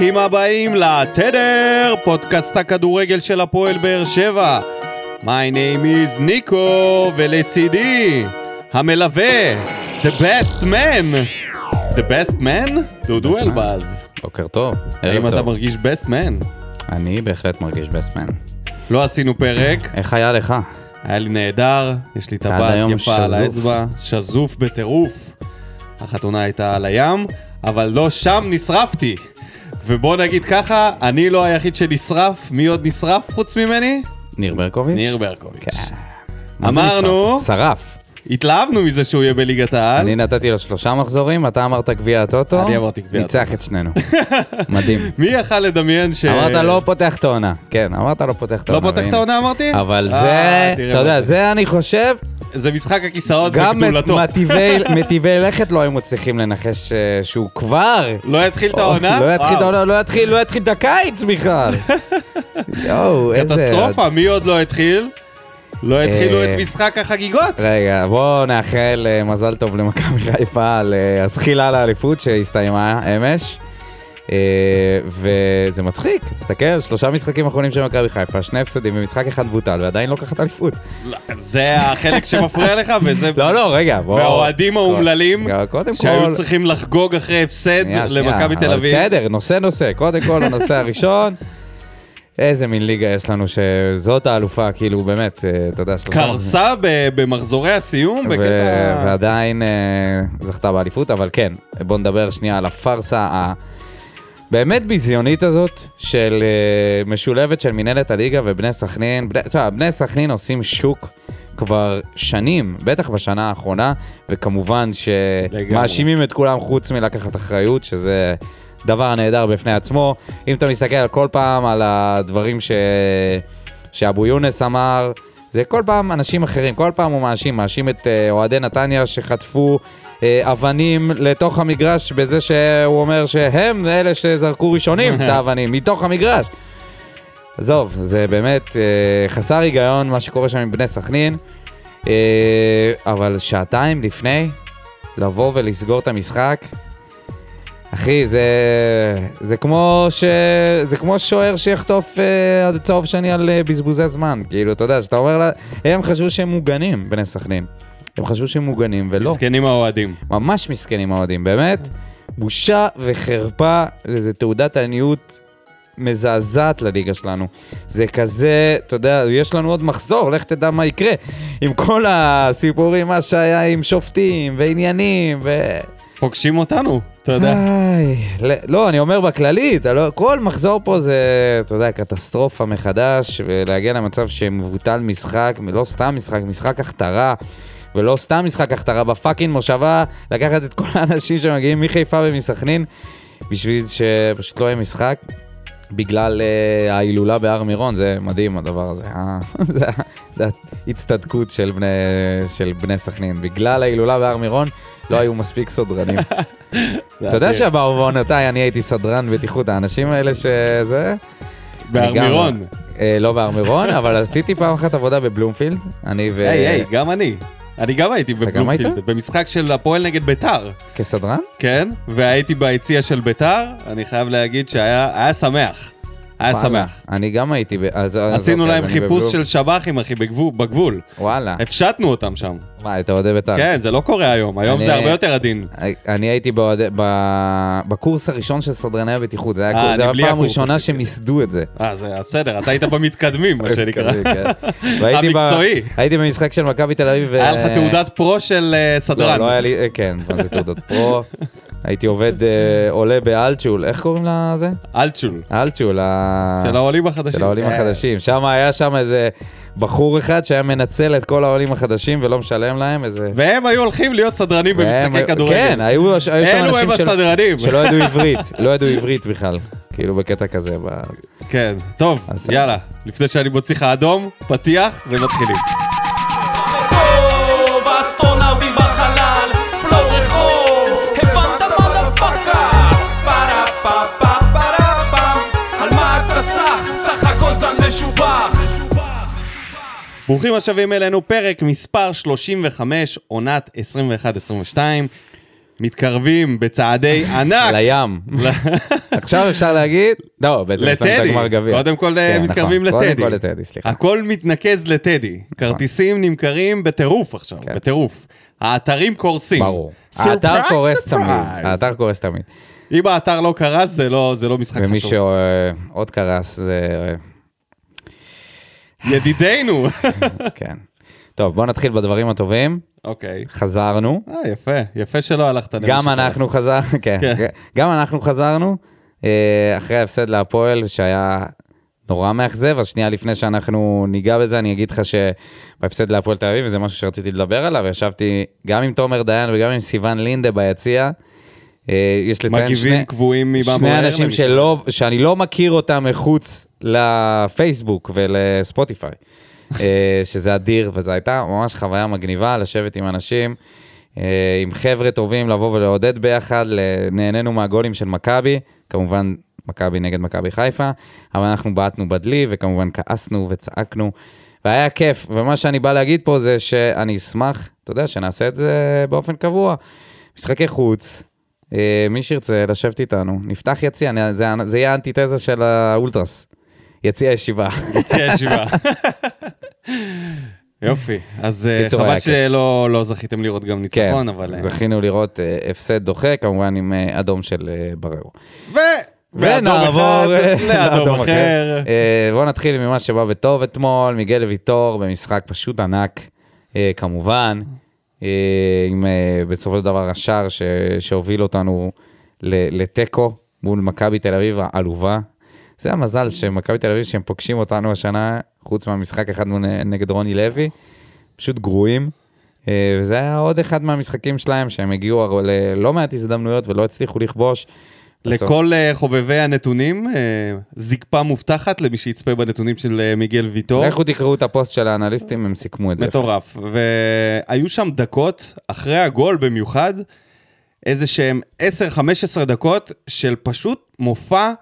ברוכים הבאים לתדר, פודקאסט הכדורגל של הפועל באר שבע. My name is ניקו, ולצידי המלווה, the best man. The best man? דודו אלבז. בוקר טוב. האם אתה מרגיש best man? אני בהחלט מרגיש best man. לא עשינו פרק. איך היה לך? היה לי נהדר, יש לי טבעת יפה על האצבע, שזוף בטירוף. החתונה הייתה על הים, אבל לא שם נשרפתי. ובוא נגיד ככה, אני לא היחיד שנשרף, מי עוד נשרף חוץ ממני? ניר ברקוביץ'. ניר ברקוביץ'. כן. אמרנו, שרף. התלהבנו מזה שהוא יהיה בליגת העל. אני נתתי לו 3 מחזורים, אתה אמרת גביע הטוטו. אני אמרתי גביע הטוטו. ניצח את שנינו. מדהים. מי יכל לדמיין ש... אמרת לא פותח את העונה. כן, אמרת לא פותח את העונה. לא פותח את העונה אמרתי? אבל זה, אתה יודע, זה אני חושב... זה משחק הכיסאות גם בגדולתו. מטיבי לכת לא היו מצליחים לנחש שהוא כבר... לא יתחיל את העונה? לא יתחיל את העונה, לא יתחיל את הקיץ בכלל. יואו, איזה... קטסטרופה, מי עוד לא התחיל? לא התחילו את משחק החגיגות. רגע, בואו נאחל מזל טוב למכבי חיפה על הזחילה לאליפות שהסתיימה אמש. וזה מצחיק, תסתכל, 3 משחקים אחרונים של מכבי חיפה, 2 הפסדים ומשחק אחד בוטל, ועדיין לא לקחת אליפות. זה החלק שמפריע לך, וזה... לא, רגע, בואו... והאוהדים האומללים, שהיו צריכים לחגוג אחרי הפסד למכבי תל אביב. בסדר, נושא, קודם כל הנושא הראשון. איזה מין ליגה יש לנו שזאת האלופה, כאילו באמת, אתה יודע, 3... קרסה במחזורי הסיום, ועדיין זכתה באליפות, אבל כן, בוא נדבר שנייה על הפרסה באמת ביזיונית הזאת, של משולבת של מנהלת הליגה ובני סכנין. בני סכנין עושים שוק כבר שנים, בטח בשנה האחרונה, וכמובן שמאשימים את כולם חוץ מלקחת אחריות, שזה... דבר נהדר בפני עצמו. אם אתה מסתכל על כל פעם על הדברים שאבו יונס אמר, זה כל פעם אנשים אחרים, כל פעם הוא מאשים את אוהדי נתניה שחטפו אבנים לתוך המגרש, בזה שהוא אומר שהם אלה שזרקו ראשונים את האבנים מתוך המגרש. עזוב, זה באמת חסר היגיון מה שקורה שם עם בני סכנין, אבל שעתיים לפני לבוא ולסגור את המשחק, אחי, זה כמו שוער שיחטוף עד צהוב שני על בזבוזי זמן. כאילו, אתה יודע, שאתה אומר לה, הם חשבו שהם מוגנים, בני סכנין. הם חשבו שהם מוגנים, ולא. מסכנים האוהדים. ממש מסכנים האוהדים, באמת. בושה וחרפה, זה תעודת עניות מזעזעת לליגה שלנו. זה כזה, אתה יודע, יש לנו עוד מחזור, לך תדע מה יקרה. עם כל הסיפורים, מה שהיה עם שופטים ועניינים פוגשים אותנו, אתה יודע. לא, אני אומר בכללית, כל מחזור פה זה, אתה יודע, קטסטרופה מחדש, ולהגיע למצב שמבוטל משחק, לא סתם משחק, משחק הכתרה, ולא סתם משחק הכתרה, בפאקינג מושבה, לקחת את כל האנשים שמגיעים מחיפה ומסכנין, בשביל שפשוט לא יהיה משחק, בגלל ההילולה בהר מירון. זה מדהים הדבר הזה. זה ההצטדקות של בני סכנין. בגלל ההילולה בהר מירון, לא היו מספיק סדרנים. אתה יודע שבעוונותיי אני הייתי סדרן בטיחות, האנשים האלה שזה... בהר מירון. לא בהר מירון, אבל עשיתי פעם אחת עבודה בבלומפילד. היי, גם אני. אני גם הייתי בבלומפילד, במשחק של הפועל נגד ביתר. כסדרן? כן, והייתי ביציע של ביתר, אני חייב להגיד שהיה שמח. היה שמח. אני גם הייתי... עשינו להם חיפוש של שב"חים, אחי, בגבול. וואלה. הפשטנו אותם שם. מה, אתה אוהדי ביתר? כן, זה לא קורה היום. היום זה הרבה יותר עדין. אני הייתי בקורס הראשון של סדרני הבטיחות. זה היה הפעם ראשונה שמסדו את זה. זה בסדר, אתה היית במתקדמים, מה שנקרא. המקצועי. הייתי במשחק של מכבי תל אביב. היה לך תעודת פרו של סדרן. לא היה לי, כן, זה תעודת פרו. הייתי עולה באלצ'ול, איך קוראים לזה? אלצ'ול. של העולים החדשים. של העולים החדשים. היה שם איזה בחור אחד שהיה מנצל את כל העולים החדשים ולא משלם להם איזה... והם היו הולכים להיות סדרנים במשחקי כדורגל. כן, היו שם אנשים שלא ידעו עברית, לא ידעו עברית בכלל. כאילו בקטע כזה. כן, טוב, יאללה. לפני שאני מוציא לך אדום, פתיח ומתחילים. ברוכים השבים אלינו, פרק מספר 35, עונת 21-22. מתקרבים בצעדי ענק. לים. עכשיו אפשר להגיד, לא, בעצם יש לנו את הגמר גביע. קודם כל מתקרבים לטדי. קודם כל לטדי, סליחה. הכל מתנקז לטדי. כרטיסים נמכרים בטירוף עכשיו, בטירוף. האתרים קורסים. ברור. האתר קורס תמיד. האתר קורס תמיד. אם האתר לא קרס, זה לא משחק חשוב. ומי שעוד קרס זה... ידידינו. כן. טוב, בואו נתחיל בדברים הטובים. אוקיי. חזרנו. יפה שלא הלכת. גם אנחנו חזרנו, כן. גם אנחנו חזרנו, אחרי ההפסד להפועל, שהיה נורא מאכזב, אז שנייה לפני שאנחנו ניגע בזה, אני אגיד לך שבהפסד להפועל תל אביב, וזה משהו שרציתי לדבר עליו, ישבתי גם עם תומר דיין וגם עם סיוון לינדה ביציע, יש לציין שני אנשים שאני לא מכיר אותם מחוץ לפייסבוק ולספוטיפיי, שזה אדיר, וזו הייתה ממש חוויה מגניבה, לשבת עם אנשים, עם חבר'ה טובים, לבוא ולעודד ביחד, נהנינו מהגולים של מכבי, כמובן מכבי נגד מכבי חיפה, אבל אנחנו בעטנו בדלי, וכמובן כעסנו וצעקנו, והיה כיף, ומה שאני בא להגיד פה זה שאני אשמח, אתה יודע, שנעשה את זה באופן קבוע, משחקי חוץ, מי שירצה לשבת איתנו, נפתח יציע, זה יהיה האנטיתזה של האולטרס, יציע ישיבה. יציע ישיבה. יופי, אז חבל שלא זכיתם לראות גם ניצחון, אבל... כן, זכינו לראות הפסד דוחה, כמובן עם אדום של בררו. ונעבור לאדום אחר. בואו נתחיל ממה שבא בטוב אתמול, מיגל ויטור במשחק פשוט ענק, כמובן, עם בסופו של דבר השער שהוביל אותנו לטקו מול מכבי תל אביב העלובה. זה המזל שמכבי תל אביב שהם פוגשים אותנו השנה, חוץ מהמשחק אחד נגד רוני לוי, פשוט גרועים, וזה היה עוד אחד מהמשחקים שלהם, שהם הגיעו ללא מעט הזדמנויות ולא הצליחו לכבוש. לכל חובבי הנתונים, זיקפה מובטחת למי שיצפה בנתונים של מיגל ויטור. לכו תקראו את הפוסט של האנליסטים, הם סיכמו את זה. מטורף, והיו שם דקות, אחרי הגול במיוחד, איזה שהם 10-15 דקות של פשוט מופע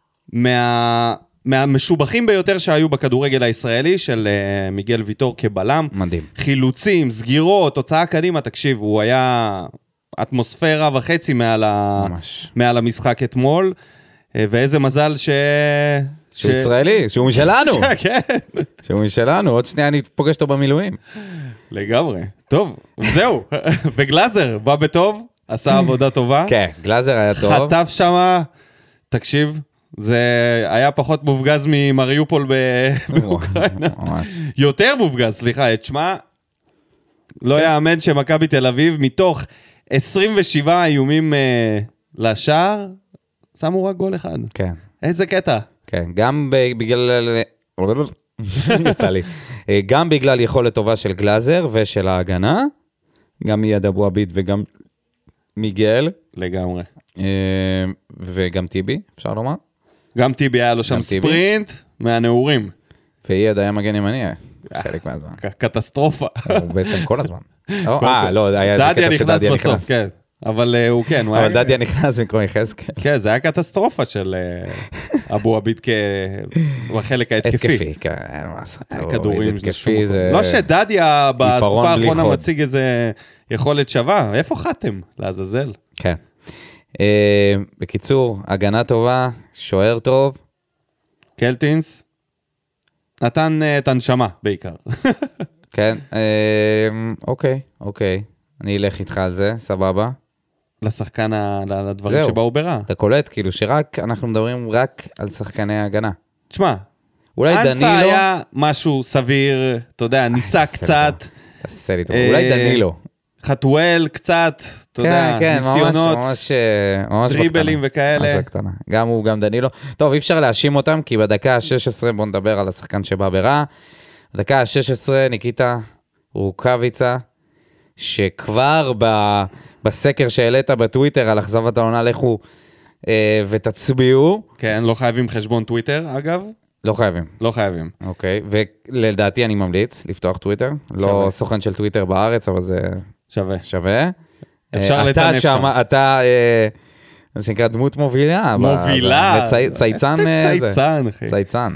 מהמשובחים ביותר שהיו בכדורגל הישראלי, של מיגל ויטור כבלם. מדהים. חילוצים, סגירות, הוצאה קדימה, תקשיב, הוא היה אטמוספירה וחצי מעל המשחק אתמול, ואיזה מזל שהוא ישראלי, שהוא משלנו. כן. שהוא משלנו, עוד שנייה אני פוגש אותו במילואים. לגמרי. טוב, זהו. בגלאזר, בא בטוב, עשה עבודה טובה. כן, גלאזר היה טוב. חטף שמה, תקשיב, זה היה פחות מופגז ממריופול באוקראינה. ממש. יותר מופגז, סליחה, את שמה, לא יאמן שמכבי תל אביב, מתוך 27 איומים לשער, שמו רק גול אחד. כן. איזה קטע. כן, גם בגלל... יצא לי. גם בגלל יכולת טובה של גלאזר ושל ההגנה, גם מיד אבו עביד וגם מיגל. לגמרי. וגם טיבי, אפשר לומר. גם טיבי היה לו שם ספרינט מהנעורים. ואייד היה מגן ימני, חלק מהזמן. קטסטרופה. הוא בעצם כל הזמן. לא, היה איזה קטע שדדיה נכנס. כן. אבל הוא כן. אבל דדיה נכנס במקום יחזקאל. כן, זה היה קטסטרופה של אבו עביד בחלק ההתקפי. התקפי, כן, מה לעשות. הכדורים זה... לא שדדיה בתקופה האחרונה מציג איזה יכולת שווה. איפה חתם? לעזאזל. כן. בקיצור, הגנה טובה, שוער טוב. קלטינס. נתן את הנשמה בעיקר. כן, אוקיי. אני אלך איתך על זה, סבבה. לשחקן, לדברים שבאו ברע. אתה קולט, כאילו שרק, אנחנו מדברים רק על שחקני ההגנה. תשמע, אנסה היה משהו סביר, אתה יודע, ניסה קצת. תעשה לי טוב, אולי דנילו. חתואל קצת, אתה יודע, ניסיונות, ממש דריבלים וכאלה. גם הוא, גם דנילו. טוב, אי אפשר להאשים אותם, כי בדקה ה-16, בוא נדבר על השחקן שבא ברע. בדקה ה-16, ניקיטה רוקביצה, שכבר בסקר שהעלית בטוויטר על אכזבת העונה, לכו ותצביעו. כן, לא חייבים חשבון טוויטר, אגב. לא חייבים. לא חייבים. אוקיי, ולדעתי אני ממליץ לפתוח טוויטר. לא סוכן של טוויטר בארץ, אבל זה שווה. אפשר לטנף שם. אתה, מה שנקרא, דמות מובילה. מובילה. צייצן. צייצן, אחי. צייצן.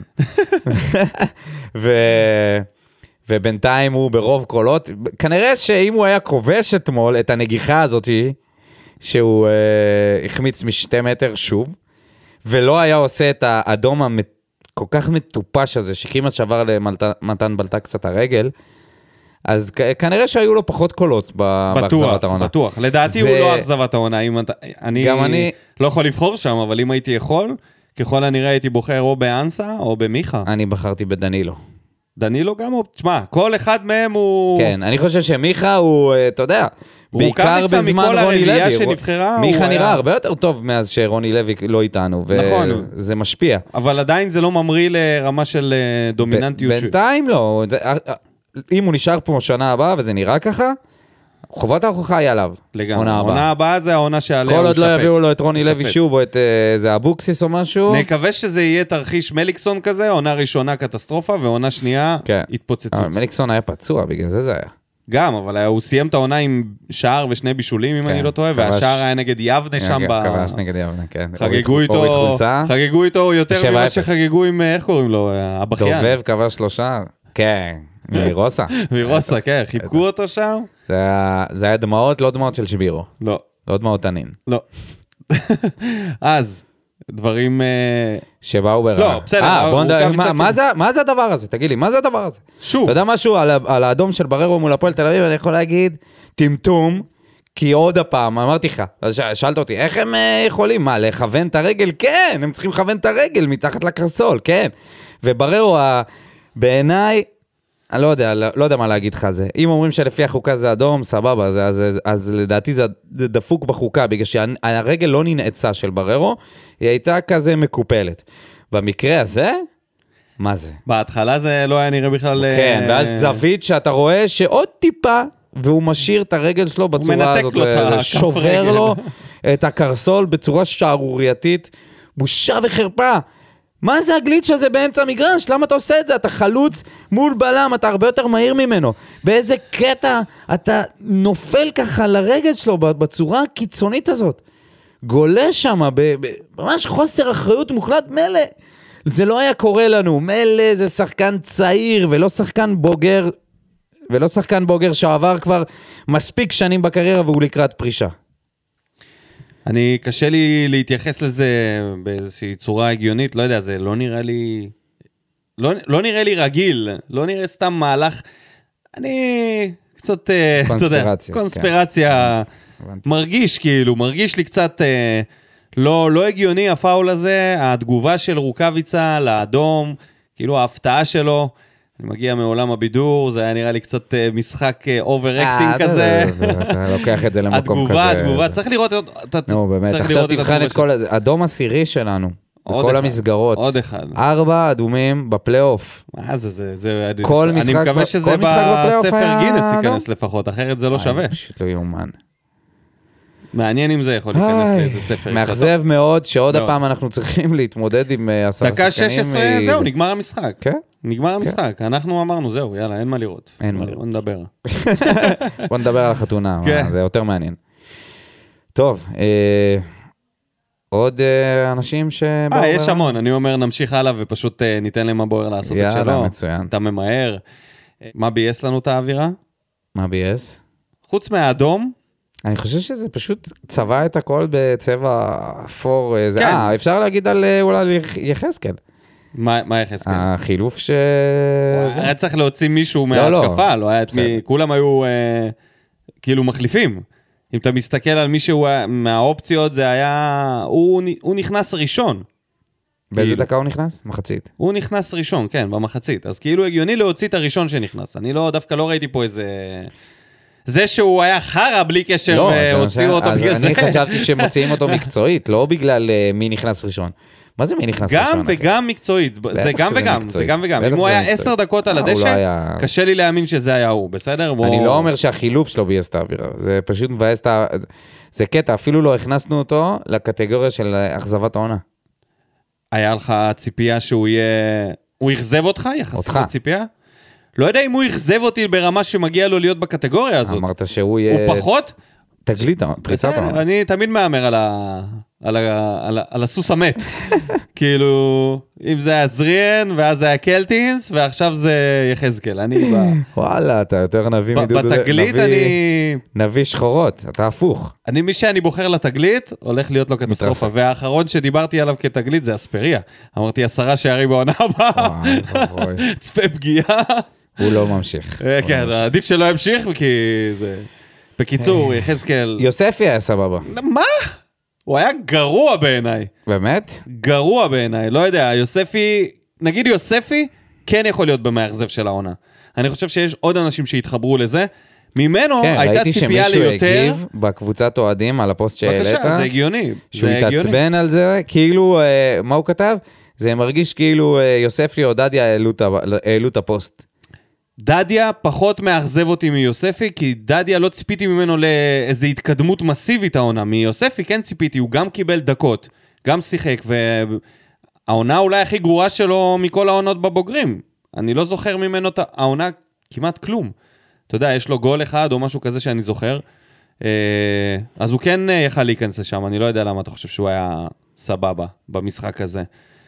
ובינתיים הוא ברוב קולות. כנראה שאם הוא היה כובש אתמול את הנגיחה הזאת, שהוא החמיץ משתי מטר שוב, ולא היה עושה את האדום כל כך מטופש הזה, שכמעט שבר למתן בלטקס את הרגל, אז כנראה שהיו לו פחות קולות באכזבת העונה. בטוח. לדעתי הוא לא אכזבת העונה. אני לא יכול לבחור שם, אבל אם הייתי יכול, ככל הנראה הייתי בוחר או באנסה או במיכה. אני בחרתי בדנילו. דנילו גם הוא, תשמע, כל אחד מהם הוא... כן, אני חושב שמיכה הוא, אתה יודע, בעיקר בזמן רוני לוי. מיכה נראה הרבה יותר טוב מאז שרוני לוי לא איתנו, וזה משפיע. אבל עדיין זה לא ממריא לרמה של דומיננטיות. בינתיים לא. אם הוא נשאר פה שנה הבאה, וזה נראה ככה, חובת ההוכחה היא עליו. לגמרי. העונה הבאה זה העונה שעליה כל עוד לא יביאו לו את רוני לוי שוב, או את איזה אבוקסיס או משהו. נקווה שזה יהיה תרחיש מליקסון כזה, עונה ראשונה קטסטרופה, ועונה שנייה התפוצצות. מליקסון היה פצוע, בגלל זה היה. גם, אבל הוא סיים את העונה עם שער ושני בישולים, אם אני לא טועה, והשער היה נגד יבנה שם כבש נגד יבנה, כן. חגגו איתו יותר ממה שחגגו עם, איך קוראים לו, הבכיין. דובב כבש 3 שער. כן. מרוסה. מרוסה, כן. חיבקו אותו שם? זה היה דמעות, לא דמעות של שבירו. לא. לא דמעות תנין. לא. דברים... שבאו ברע. לא, בסדר. מה זה הדבר הזה? תגיד לי, מה זה הדבר הזה? שוב. אתה יודע משהו על האדום של בררו מול הפועל תל אביב, אני יכול להגיד, טמטום, כי עוד הפעם, אמרתי לך, שאלת אותי, איך הם יכולים? מה, לכוון את הרגל? כן, הם צריכים לכוון את הרגל מתחת לקרסול, כן. ובררו, בעיניי, אני לא יודע מה להגיד לך על זה. אם אומרים שלפי החוקה זה אדום, סבבה, אז לדעתי זה דפוק בחוקה, בגלל שהרגל לא ננעצה של בררו, היא הייתה כזה מקופלת. במקרה הזה, מה זה? בהתחלה זה לא היה נראה בכלל... כן, ואז זווית שאתה רואה שעוד טיפה, והוא משאיר את הרגל שלו בצורה הזאת, שובר לו את הקרסול בצורה שערורייתית, בושה וחרפה. מה זה הגליץ' הזה באמצע המגרש? למה אתה עושה את זה? אתה חלוץ מול בלם, אתה הרבה יותר מהיר ממנו. באיזה קטע אתה נופל ככה לרגל שלו בצורה הקיצונית הזאת. גולה שם, ממש חוסר אחריות מוחלט, מלא. זה לא היה קורה לנו. מלא זה שחקן צעיר ולא שחקן בוגר שעבר כבר מספיק שנים בקריירה והוא לקראת פרישה. קשה לי להתייחס לזה באיזושהי צורה הגיונית, לא יודע, זה לא נראה לי, לא נראה לי רגיל, לא נראה סתם מהלך, אני קצת, קונספירציה, מרגיש לי קצת לא הגיוני הפאול הזה, התגובה של רוקביצה לאדום, כאילו ההפתעה שלו, אני מגיע מעולם הבידור, זה היה נראה לי קצת משחק אובר-אקטינג כזה. אתה לוקח את זה למקום כזה. התגובה, צריך לראות את... נו, באמת, עכשיו תבחן את כל... אדום עשירי שלנו, בכל המסגרות. עוד אחד. 4 אדומים בפלייאוף. מה זה? כל משחק בפלייאוף היה... אני מקווה שזה בספר גינס ייכנס לפחות, אחרת זה לא שווה. פשוט לא יאומן. מעניין אם זה יכול להיכנס לאיזה ספר. מאכזב מאוד שעוד הפעם אנחנו צריכים להתמודד עם 10 שחקנים. דקה 16, זהו, נגמר המשחק. כן? נגמר המשחק. אנחנו אמרנו, זהו, יאללה, אין מה לראות. בוא נדבר. בוא נדבר על החתונה, זה יותר מעניין. טוב, עוד אנשים שבאו... יש המון, אני אומר, נמשיך הלאה ופשוט ניתן להם הבוער לעשות את שלו. יאללה, מצוין. אתה ממהר. מה בייס לנו את האווירה? מה בייס? חוץ מהאדום, אני חושב שזה פשוט צבע את הכל בצבע אפור. אפשר להגיד על אולי יחזקאל. מה יחזקאל? החילוף היה צריך להוציא מישהו מההתקפה, כולם היו כאילו מחליפים. אם אתה מסתכל על מישהו מהאופציות, זה היה... הוא נכנס ראשון. באיזה דקה הוא נכנס? מחצית. הוא נכנס ראשון, כן, במחצית. אז כאילו הגיוני להוציא את הראשון שנכנס. אני דווקא לא ראיתי פה איזה... זה שהוא היה חרה בלי קשר והוציאו אותו בגלל זה. אני חשבתי שמוציאים אותו מקצועית, לא בגלל מי נכנס ראשון. מה זה מי נכנס ראשון? גם וגם מקצועית, זה גם וגם, זה גם וגם. אם הוא היה 10 דקות על הדשא, קשה לי להאמין שזה היה הוא, בסדר? אני לא אומר שהחילוף שלו בייס את האווירה, זה פשוט מבאס את ה... זה קטע, אפילו לא הכנסנו אותו לקטגוריה של אכזבת העונה. היה לך ציפייה שהוא יהיה... הוא יחזב אותך יחסית לציפייה? לא יודע אם הוא יחזב אותי ברמה שמגיע לו להיות בקטגוריה הזאת. אמרת שהוא יהיה... הוא פחות? תגלית, פריצת העונה. אני תמיד מאמר על הסוס המת. כאילו, אם זה היה זריאן, ואז זה היה קלטינס, ועכשיו זה יחזקאל. וואלה, אתה יותר נביא מדודו. בתגלית אני... נביא שחורות, אתה הפוך. מי שאני בוחר לתגלית, הולך להיות לו קטסטרופה. והאחרון שדיברתי עליו כתגלית זה אספריה. אמרתי 10 שערים בעונה הבאה. צפה פגיעה. הוא לא ממשיך. כן, עדיף שלא ימשיך, כי זה... בקיצור, יחזקאל... יוספי היה סבבה. מה? הוא היה גרוע בעיניי. באמת? גרוע בעיניי, לא יודע, יוספי, נגיד יוספי, כן יכול להיות במאכזב של העונה. אני חושב שיש עוד אנשים שהתחברו לזה. ממנו הייתה ציפייה ליותר... כן, ראיתי שמישהו הגיב בקבוצת אוהדים על הפוסט שהעלית. בבקשה, זה הגיוני. שהוא התעצבן על זה, כאילו, מה הוא כתב? זה מרגיש כאילו יוספי או דדיה העלו את הפוסט. דדיה פחות מאכזב אותי מיוספי, כי דדיה לא ציפיתי ממנו לאיזו התקדמות מסיבית העונה. מיוספי כן ציפיתי, הוא גם קיבל דקות, גם שיחק, והעונה אולי הכי גרועה שלו מכל העונות בבוגרים. אני לא זוכר ממנו את העונה כמעט כלום. אתה יודע, יש לו גול אחד או משהו כזה שאני זוכר, אז הוא כן יכל להיכנס לשם, אני לא יודע למה אתה חושב שהוא היה סבבה במשחק הזה.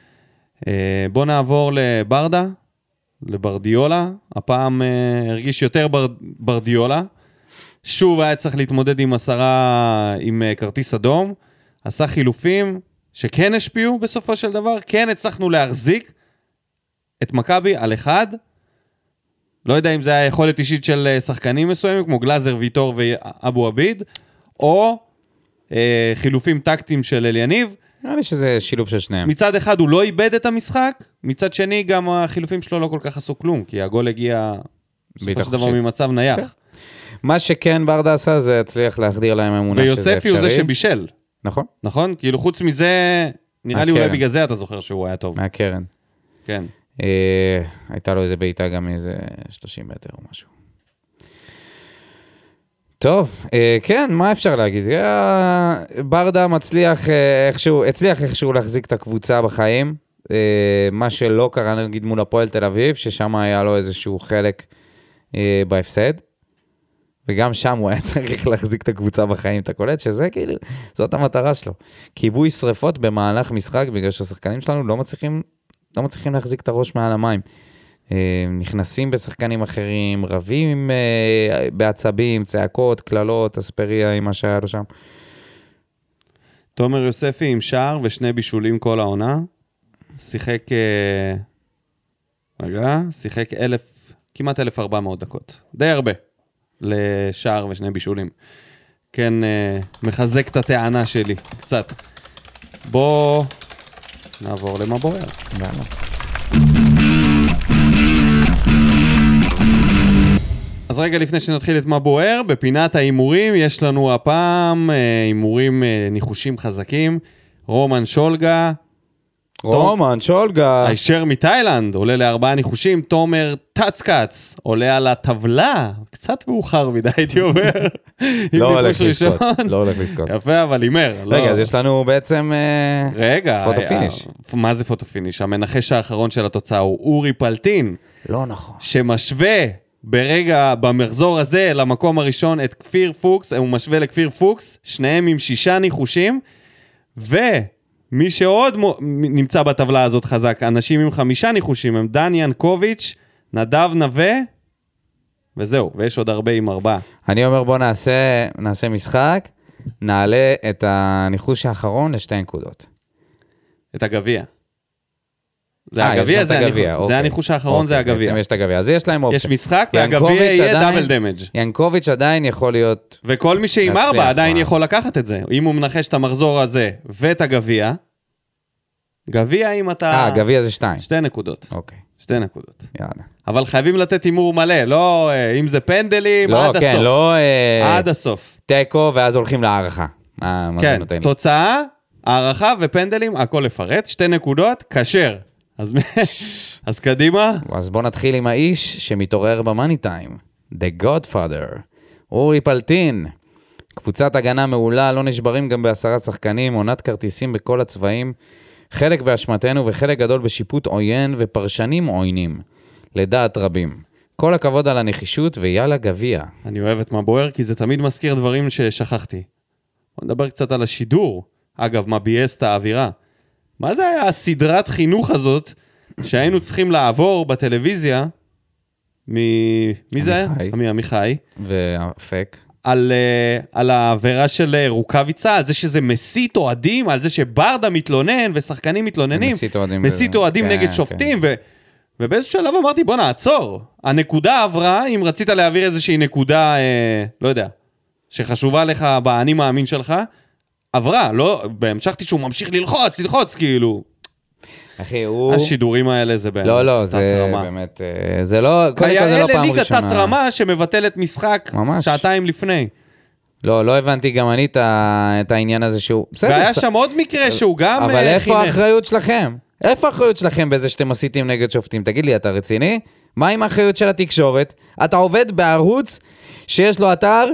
בוא נעבור לברדה. לברדיולה, הפעם הרגיש יותר ברדיולה, שוב היה צריך להתמודד עם כרטיס אדום, עשה חילופים שכן השפיעו בסופו של דבר, כן הצלחנו להחזיק את מכבי על אחד, לא יודע אם זה היה יכולת אישית של שחקנים מסוימים, כמו גלאזר, ויטור ואבו עביד, או חילופים טקטיים של אליניב, נראה לי שזה שילוב של שניהם. מצד אחד הוא לא איבד את המשחק, מצד שני גם החילופים שלו לא כל כך עשו כלום, כי הגול הגיע בסופו של דבר ממצב נייח. מה שכן ברדה עשה זה הצליח להחדיר להם אמונה שזה אפשרי. ויוספי הוא זה שבישל. נכון. נכון? כאילו חוץ מזה, נראה לי אולי בגלל זה אתה זוכר שהוא היה טוב. מהקרן. כן. הייתה לו איזה בעיטה גם איזה 30 מטר או משהו. טוב, כן, מה אפשר להגיד? ברדה הצליח איכשהו להחזיק את הקבוצה בחיים, מה שלא קרה נגיד מול הפועל תל אביב, ששם היה לו איזשהו חלק בהפסד, וגם שם הוא היה צריך להחזיק את הקבוצה בחיים, אתה קולט שזה כאילו, זאת המטרה שלו. כיבוי שריפות במהלך משחק, בגלל שהשחקנים שלנו לא מצליחים להחזיק את הראש מעל המים. נכנסים בשחקנים אחרים, רבים בעצבים, צעקות, כללות, אספריה עם מה שהיה לו שם. תומר יוספי עם שער ושני בישולים כל העונה. שיחק כמעט 1,400 דקות. די הרבה לשער ושני בישולים. כן, מחזק את הטענה שלי, קצת. בוא נעבור למה בוער. יאללה. אז רגע לפני שנתחיל את מה בוער, בפינת האימורים יש לנו הפעם אימורים ניחושים חזקים. רומן שולגה. הישר מתאילנד, עולה ל4 ניחושים. תומר טצקץ, עולה על הטבלה. קצת מאוחר מדי, הייתי אומר. לא הולך לזכות. יפה, אבל אימר. רגע, אז יש לנו בעצם פוטו פיניש. מה זה פוטו פיניש? המנחש האחרון של התוצאה הוא אורי פלטין. לא נכון. שמשווה במחזור הזה למקום הראשון את כפיר פוקס, הוא משווה לכפיר פוקס, שניהם עם 6 ניחושים, ומי שעוד נמצא בטבלה הזאת חזק, אנשים עם 5 ניחושים, הם דן ינקוביץ', נדב נווה, וזהו, ויש עוד הרבה עם 4. אני אומר בוא נעשה משחק, נעלה את הניחוש האחרון ל2 נקודות. את הגביע. זה הגביע, זה הניחוש האחרון, זה הגביע. בעצם יש את הגביע, אז יש להם אופציה. יש משחק, והגביע יהיה דאבל דמג'. ינקוביץ' עדיין יכול להיות... וכל מי שעם 4 עדיין יכול לקחת את זה. אם הוא מנחש את המחזור הזה ואת הגביע, גביע אם אתה... גביע זה 2. 2 נקודות. אוקיי. 2 נקודות. יאללה. אבל חייבים לתת אימור מלא, לא אם זה פנדלים, עד הסוף. לא, עד הסוף. טקו, ואז הולכים להערכה. כן, תוצאה, הערכה ופנדלים, הכל לפרט. 2 נקודות, כשר. אז קדימה. אז בוא נתחיל עם האיש שמתעורר במאני טיים. The Godfather. אורי פלטין. קבוצת הגנה מעולה, לא נשברים גם ב10 שחקנים, עונת כרטיסים בכל הצבעים, חלק באשמתנו וחלק גדול בשיפוט עוין ופרשנים עוינים, לדעת רבים. כל הכבוד על הנחישות ויאללה גביע. אני אוהב את מה בוער, כי זה תמיד מזכיר דברים ששכחתי. בוא נדבר קצת על השידור. אגב, מה בייס את האווירה? מה זה היה הסדרת חינוך הזאת, שהיינו צריכים לעבור בטלוויזיה, מי זה היה? עמיחי. והפק. על העבירה של רוקביצה, על זה שזה מסית אוהדים, על זה שברדה מתלונן ושחקנים מתלוננים. מסית אוהדים נגד שופטים, ובאיזשהו שלב אמרתי, בוא נעצור. הנקודה עברה, אם רצית להעביר איזושהי נקודה, לא יודע, שחשובה לך באני מאמין שלך, עברה, לא, המשכתי שהוא ממשיך ללחוץ, כאילו. אחי, הוא... השידורים האלה זה באמת לא, זה באמת, זה לא, קודם כל זה לא פעם ראשונה. ליגת תת-רמה שמבטלת משחק שעתיים לפני. לא הבנתי גם אני את העניין הזה שהוא... והיה שם עוד מקרה שהוא גם... אבל איפה האחריות שלכם? איפה האחריות שלכם בזה שאתם עשיתם נגד שופטים? תגיד לי, אתה רציני? מה עם האחריות של התקשורת? אתה עובד בערוץ שיש לו אתר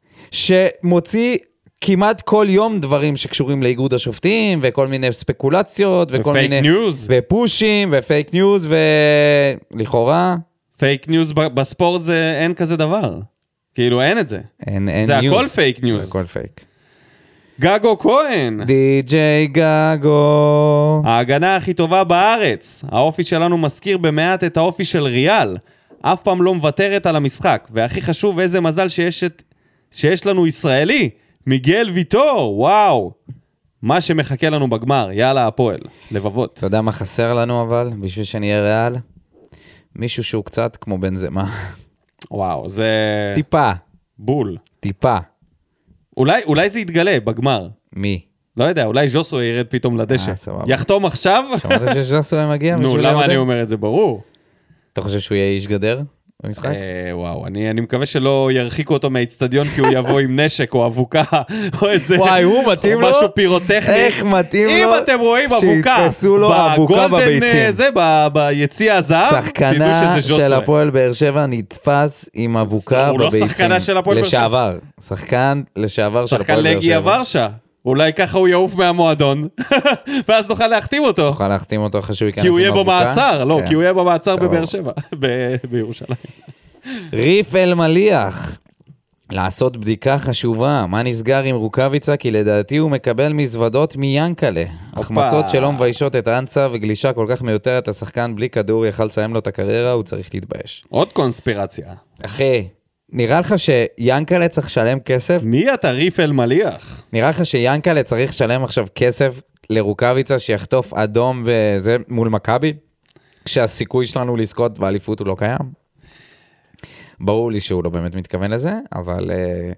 שמוציא כמעט כל יום דברים שקשורים לאיגוד השופטים, וכל מיני ספקולציות, וכל מיני... ניוז. ופושים, ופייק ניוז, ולכאורה... פייק ניוז בספורט זה אין כזה דבר. כאילו אין את זה. אין זה ניוז. הכל פייק ניוז. זה הכל פייק. גגו כהן. די.ג'יי גגו. ההגנה הכי טובה בארץ. האופי שלנו מזכיר במעט את האופי של ריאל. אף פעם לא מוותרת על המשחק. והכי חשוב, איזה מזל שיש לנו ישראלי. מיגל ויטור, וואו. מה שמחכה לנו בגמר, יאללה הפועל, לבבות. אתה יודע מה חסר לנו אבל, בשביל שנהיה ריאל? מישהו שהוא קצת כמו בנזמה. וואו, זה... טיפה. בול. טיפה. אולי זה יתגלה בגמר. מי? לא יודע, אולי ז'וסו ירד פתאום לדשא. סבבה. יחתום עכשיו? שמעת שז'וסו מגיע? נו, למה אני אומר את זה? ברור. אתה חושב שהוא יהיה איש גדר במשחק? וואו, אני מקווה שלא ירחיקו אותו מהאצטדיון, כי הוא יבוא עם נשק או אבוקה, או איזה... וואי, הוא מתאים לו? משהו פירוטכני. איך מתאים לו? אם אתם רואים אבוקה, שיתפסו לו אבוקה בביצים. זה, ביציע הזהב, שחקנה של הפועל באר שבע נתפס עם אבוקה בביצים. הוא לא שחקנה של הפועל באר שבע. לשעבר. שחקן לשעבר של הפועל באר שבע. שחקן לגיה ורשה. אולי ככה הוא יעוף מהמועדון, ואז נוכל להחתים אותו. נוכל להחתים אותו אחרי שהוא ייכנס עם אבוקה. כי הוא אבוקה. יהיה במעצר, לא, כי הוא יהיה במעצר בבאר שבע, בירושלים. ריף אלמליח, לעשות בדיקה חשובה, מה נסגר עם רוקביצה, כי לדעתי הוא מקבל מזוודות מיאנקלה. החמצות שלא מביישות את אנסה וגלישה כל כך מיותרת לשחקן בלי כדור יכל לסיים לו את הקריירה, הוא צריך להתבייש. עוד קונספירציה. אחי, נראה לך שיאנקלה צריך לשלם כסף? מי אתה ריף אלמליח? נראה לך שיאנקלה צריך לשלם עכשיו כסף לרוקביצה שיחטוף אדום וזה מול מכבי? כשהסיכוי שלנו לזכות באליפות הוא לא קיים? ברור לי שהוא לא באמת מתכוון לזה, אבל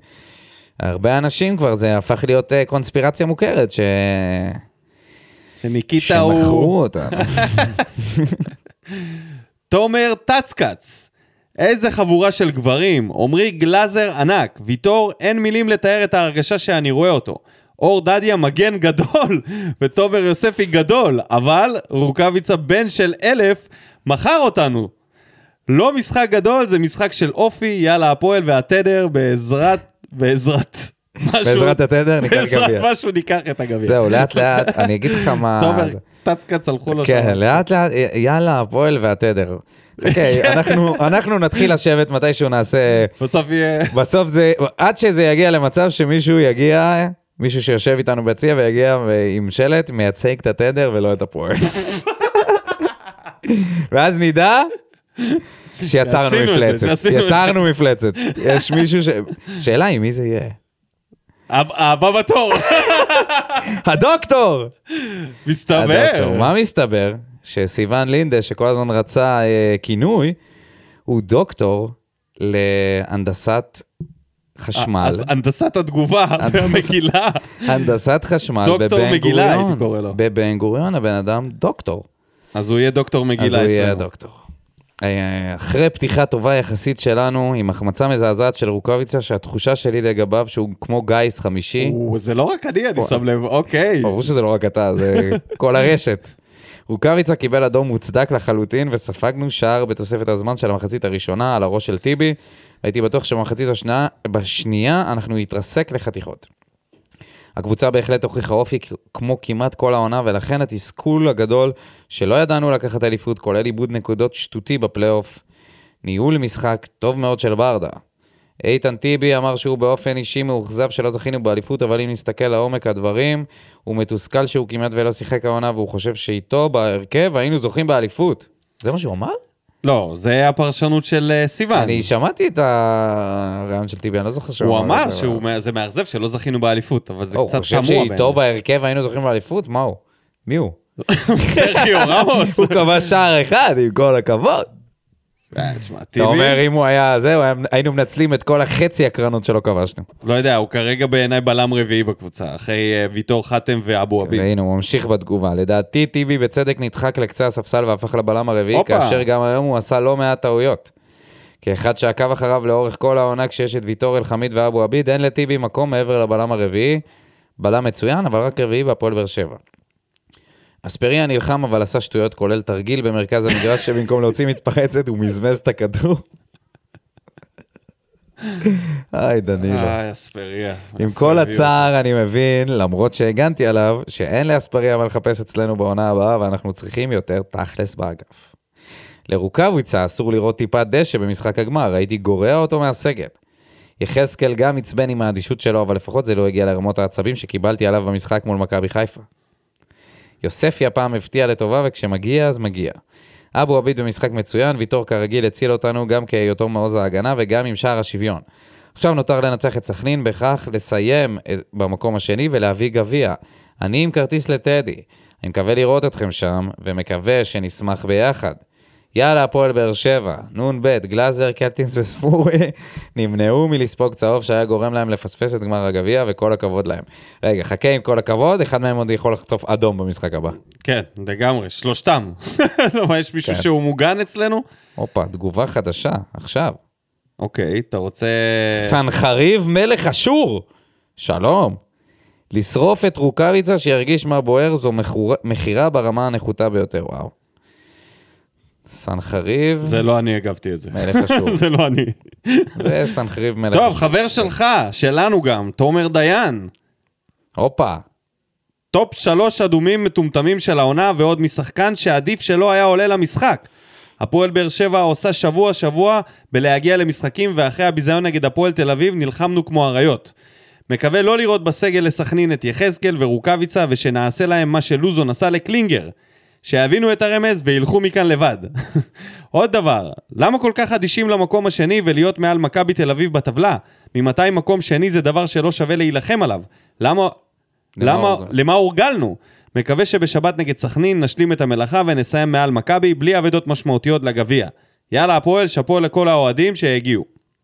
הרבה אנשים כבר זה הפך להיות קונספירציה מוכרת שניקיטה הוא... שמכרו אותה. תומר טצקץ, איזה חבורה של גברים, עומרי גלזר ענק, ויטור אין מילים לתאר את ההרגשה שאני רואה אותו. אור דדיה מגן גדול, ותומר יוספי גדול, אבל רוקביצה בן של 1000 מכר אותנו. לא משחק גדול, זה משחק של אופי, יאללה הפועל והתדר בעזרת התדר ניקח גביע. בעזרת משהו ניקח את הגביע. זהו, לאט לאט, אני אגיד לך מה... תומר, טצקץ הלכו לו. כן, לאט לאט, יאללה הפועל והתדר. אוקיי, אנחנו נתחיל לשבת מתישהו נעשה... בסוף זה, עד שזה יגיע למצב שמישהו יגיע, מישהו שיושב איתנו ביציע ויגיע עם שלט, מייצג את התדר ולא את הפועל. ואז נדע... שיצרנו מפלצת. יצרנו מפלצת. יש מישהו ש... שאלה היא מי זה יהיה? הבא בתור. הדוקטור! מסתבר. מה מסתבר? שסיוון לינדה, שכל הזמן רצה כינוי, הוא דוקטור להנדסת חשמל. אז הנדסת התגובה והמגילה. הנדסת חשמל דוקטור מגילה הייתי קורא לו. בבן גוריון הבן אדם דוקטור. אז הוא יהיה דוקטור מגילה אצלנו. אז הוא יהיה דוקטור. אחרי פתיחה טובה יחסית שלנו, עם החמצה מזעזעת של רוקביצה, שהתחושה שלי לגביו שהוא כמו גייס חמישי. זה לא רק אני שם לב, אוקיי. ברור שזה לא רק אתה, זה כל הרשת. רוקביצה קיבל אדום מוצדק לחלוטין, וספגנו שער בתוספת הזמן של המחצית הראשונה על הראש של טיבי. הייתי בטוח שבמחצית בשנייה אנחנו נתרסק לחתיכות. הקבוצה בהחלט הוכיחה אופי כמו כמעט כל העונה, ולכן התסכול הגדול שלא ידענו לקחת אליפות, כולל איבוד נקודות שטותי בפלייאוף, ניהול משחק טוב מאוד של ברדה. איתן טיבי אמר שהוא באופן אישי מאוכזב שלא זכינו באליפות, אבל אם נסתכל לעומק הדברים, הוא מתוסכל שהוא כמעט ולא שיחק העונה, והוא חושב שאיתו בהרכב היינו זוכים באליפות. זה מה שהוא אמר? לא, זה הפרשנות של סיוון. אני שמעתי את הרעיון של טיבי, אני לא זוכר שהוא הוא אמר שזה מאכזב שלא זכינו באליפות, אבל זה קצת תמוה. הוא חושב שאיתו בהרכב היינו זוכים באליפות? מה הוא? מי הוא? סרחיו רמוס. הוא קבע שער אחד, עם כל הכבוד. אתה אומר, אם הוא היה זה, היינו מנצלים את כל החצי הקרנות שלא כבשנו. לא יודע, הוא כרגע בעיניי בלם רביעי בקבוצה, אחרי ויטור חתם ואבו עביד. והנה, הוא ממשיך בתגובה. לדעתי, טיבי בצדק נדחק לקצה הספסל והפך לבלם הרביעי, כאשר גם היום הוא עשה לא מעט טעויות. כאחד שעקב אחריו לאורך כל העונה, כשיש את ויטור אלחמיד ואבו עביד, אין לטיבי מקום מעבר לבלם הרביעי. בלם מצוין, אבל רק רביעי בהפועל באר שבע. אספריה נלחם, אבל עשה שטויות, כולל תרגיל במרכז המגרש, שבמקום להוציא מתפרצת, הוא מזמז את הכדור. היי, דנילו. אספריה. עם כל הצער אני מבין, למרות שהגנתי עליו, שאין לאספריה מה לחפש אצלנו בעונה הבאה, ואנחנו צריכים יותר תכלס באגף. לרוקאביצה אסור לראות טיפת דשא במשחק הגמר, הייתי גורע אותו מהסגל. יחזקאל גם עצבן עם האדישות שלו, אבל לפחות זה לא הגיע לרמות העצבים שקיבלתי עליו במשחק מול מכבי חיפה. יוספי הפעם הפתיע לטובה, וכשמגיע אז מגיע. אבו עביד במשחק מצוין, ויטור כרגיל הציל אותנו גם כהיותו מעוז ההגנה וגם עם שער השוויון. עכשיו נותר לנצח את סכנין, בכך לסיים במקום השני ולהביא גביע. אני עם כרטיס לטדי. אני מקווה לראות אתכם שם, ומקווה שנשמח ביחד. יאללה, הפועל באר שבע, נון ב', גלאזר, קלטינס וספורי, נמנעו מלספוג צהוב שהיה גורם להם לפספס את גמר הגביע, וכל הכבוד להם. רגע, חכה עם כל הכבוד, אחד מהם עוד יכול לחטוף אדום במשחק הבא. כן, לגמרי, שלושתם. יש מישהו שהוא מוגן אצלנו? הופה, תגובה חדשה, עכשיו. אוקיי, אתה רוצה... סנחריב מלך אשור! שלום. לשרוף את רוקאביצה שירגיש מה בוער, זו מחירה ברמה הנחותה ביותר, וואו. סנחריב... זה לא אני הגבתי את זה. מלך אשור. זה לא אני. זה סנחריב מלך אשור. טוב, חבר שלך, שלנו גם, תומר דיין. הופה. טופ 3 אדומים מטומטמים של העונה, ועוד משחקן שעדיף שלא היה עולה למשחק. הפועל באר שבע עושה שבוע בלהגיע למשחקים, ואחרי הביזיון נגד הפועל תל אביב נלחמנו כמו אריות. מקווה לא לראות בסגל לסכנין את יחזקאל ורוקאביצה, ושנעשה להם מה שלוזון עשה לקלינגר. שיבינו את הרמז וילכו מכאן לבד. עוד דבר, למה כל כך אדישים למקום השני ולהיות מעל מכבי תל אביב בטבלה? ממתי מקום שני זה דבר שלא שווה להילחם עליו? למה הורגלנו? מקווה שבשבת נגד סכנין נשלים את המלאכה ונסיים מעל מכבי בלי עבדות משמעותיות לגביע. יאללה הפועל, שפו לכל האוהדים שהגיעו.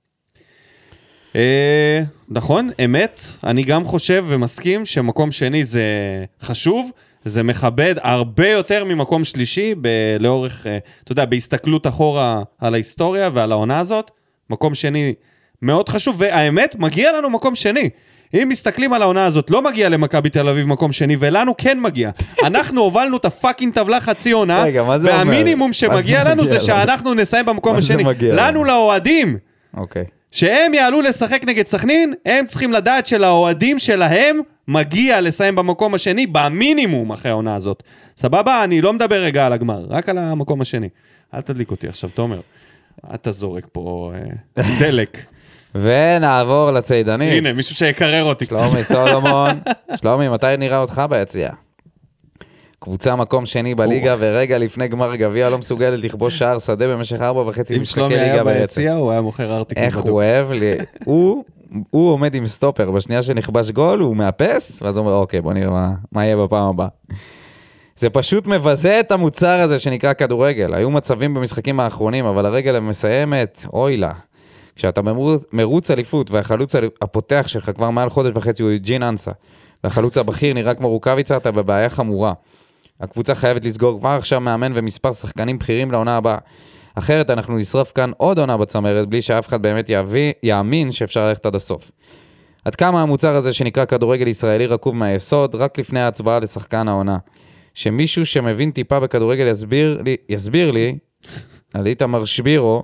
נכון, אמת, אני גם חושב ומסכים שמקום שני זה חשוב, זה מכבד הרבה יותר ממקום שלישי, לאורך, אתה יודע, בהסתכלות אחורה על ההיסטוריה ועל העונה הזאת, מקום שני מאוד חשוב, והאמת, מגיע לנו מקום שני. אם מסתכלים על העונה הזאת, לא מגיע למכבי תל אביב מקום שני, ולנו כן מגיע. אנחנו הובלנו את הפאקינג טבלה חצי עונה, והמינימום שמגיע לנו זה שאנחנו נסיים במקום השני. לנו לאוהדים. אוקיי. שהם יעלו לשחק נגד סכנין, הם צריכים לדעת שלאוהדים שלהם מגיע לסיים במקום השני, במינימום אחרי העונה הזאת. סבבה? אני לא מדבר רגע על הגמר, רק על המקום השני. אל תדליק אותי עכשיו, תומר. אתה זורק פה דלק. ונעבור לציידנית. הנה, מישהו שיקרר אותי קצת. שלומי סולומון. שלומי, מתי נראה אותך ביציאה? קבוצה מקום שני בליגה, ורגע לפני גמר גביע לא מסוגלת לכבוש שער שדה במשך 4.5 משחקי ליגה ביציע, הוא היה מוכר ארטיקל בדוק. איך הוא אוהב לי? הוא עומד עם סטופר, בשנייה שנכבש גול, הוא מאפס, ואז הוא אומר, אוקיי, בוא נראה מה יהיה בפעם הבאה. זה פשוט מבזה את המוצר הזה שנקרא כדורגל. היו מצבים במשחקים האחרונים, אבל הרגל מסיימת, אוי לה. כשאתה מרוץ אליפות, והחלוץ הפותח שלך כבר מעל חודש וחצי הוא ג'ין אנסה, והחלוץ הבכיר נראה כמו רוקאביצה, אתה בבעיה חמורה. הקבוצה חייבת לסגור כבר עכשיו מאמן ומספר שחקנים בכירים לעונה הבאה. אחרת אנחנו נשרף כאן עוד עונה בצמרת, בלי שאף אחד באמת יאמין שאפשר ללכת עד הסוף. עד כמה המוצר הזה שנקרא כדורגל ישראלי רקוב מהיסוד, רק לפני ההצבעה לשחקן העונה. שמישהו שמבין טיפה בכדורגל יסביר לי, על איתמר שבירו,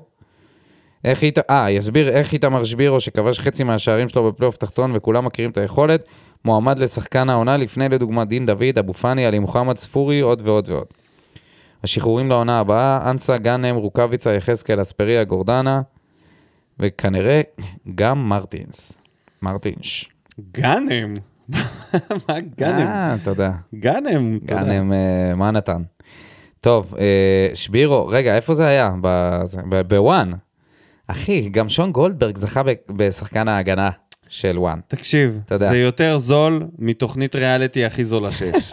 יסביר איך איתמר שבירו שכבש חצי מהשערים שלו בפלייאוף תחתון וכולם מכירים את היכולת, מועמד לשחקן העונה לפני לדוגמה דין דוד, אבו פאני, עלי מוחמד, ספורי, עוד ועוד ועוד. השחרורים לעונה הבאה, אנסה, גאנם, רוקביצה, יחזקאל, אספריה, גורדנה, וכנראה גם מרטינש. גאנם? מה גאנם? תודה. גאנם, תודה. גאנם, מה נתן? טוב, שבירו, רגע, איפה זה היה? בוואן. אחי, גם שון גולדברג זכה בשחקן ההגנה של וואן. תקשיב, זה יותר זול מתוכנית ריאליטי הכי זולה שיש.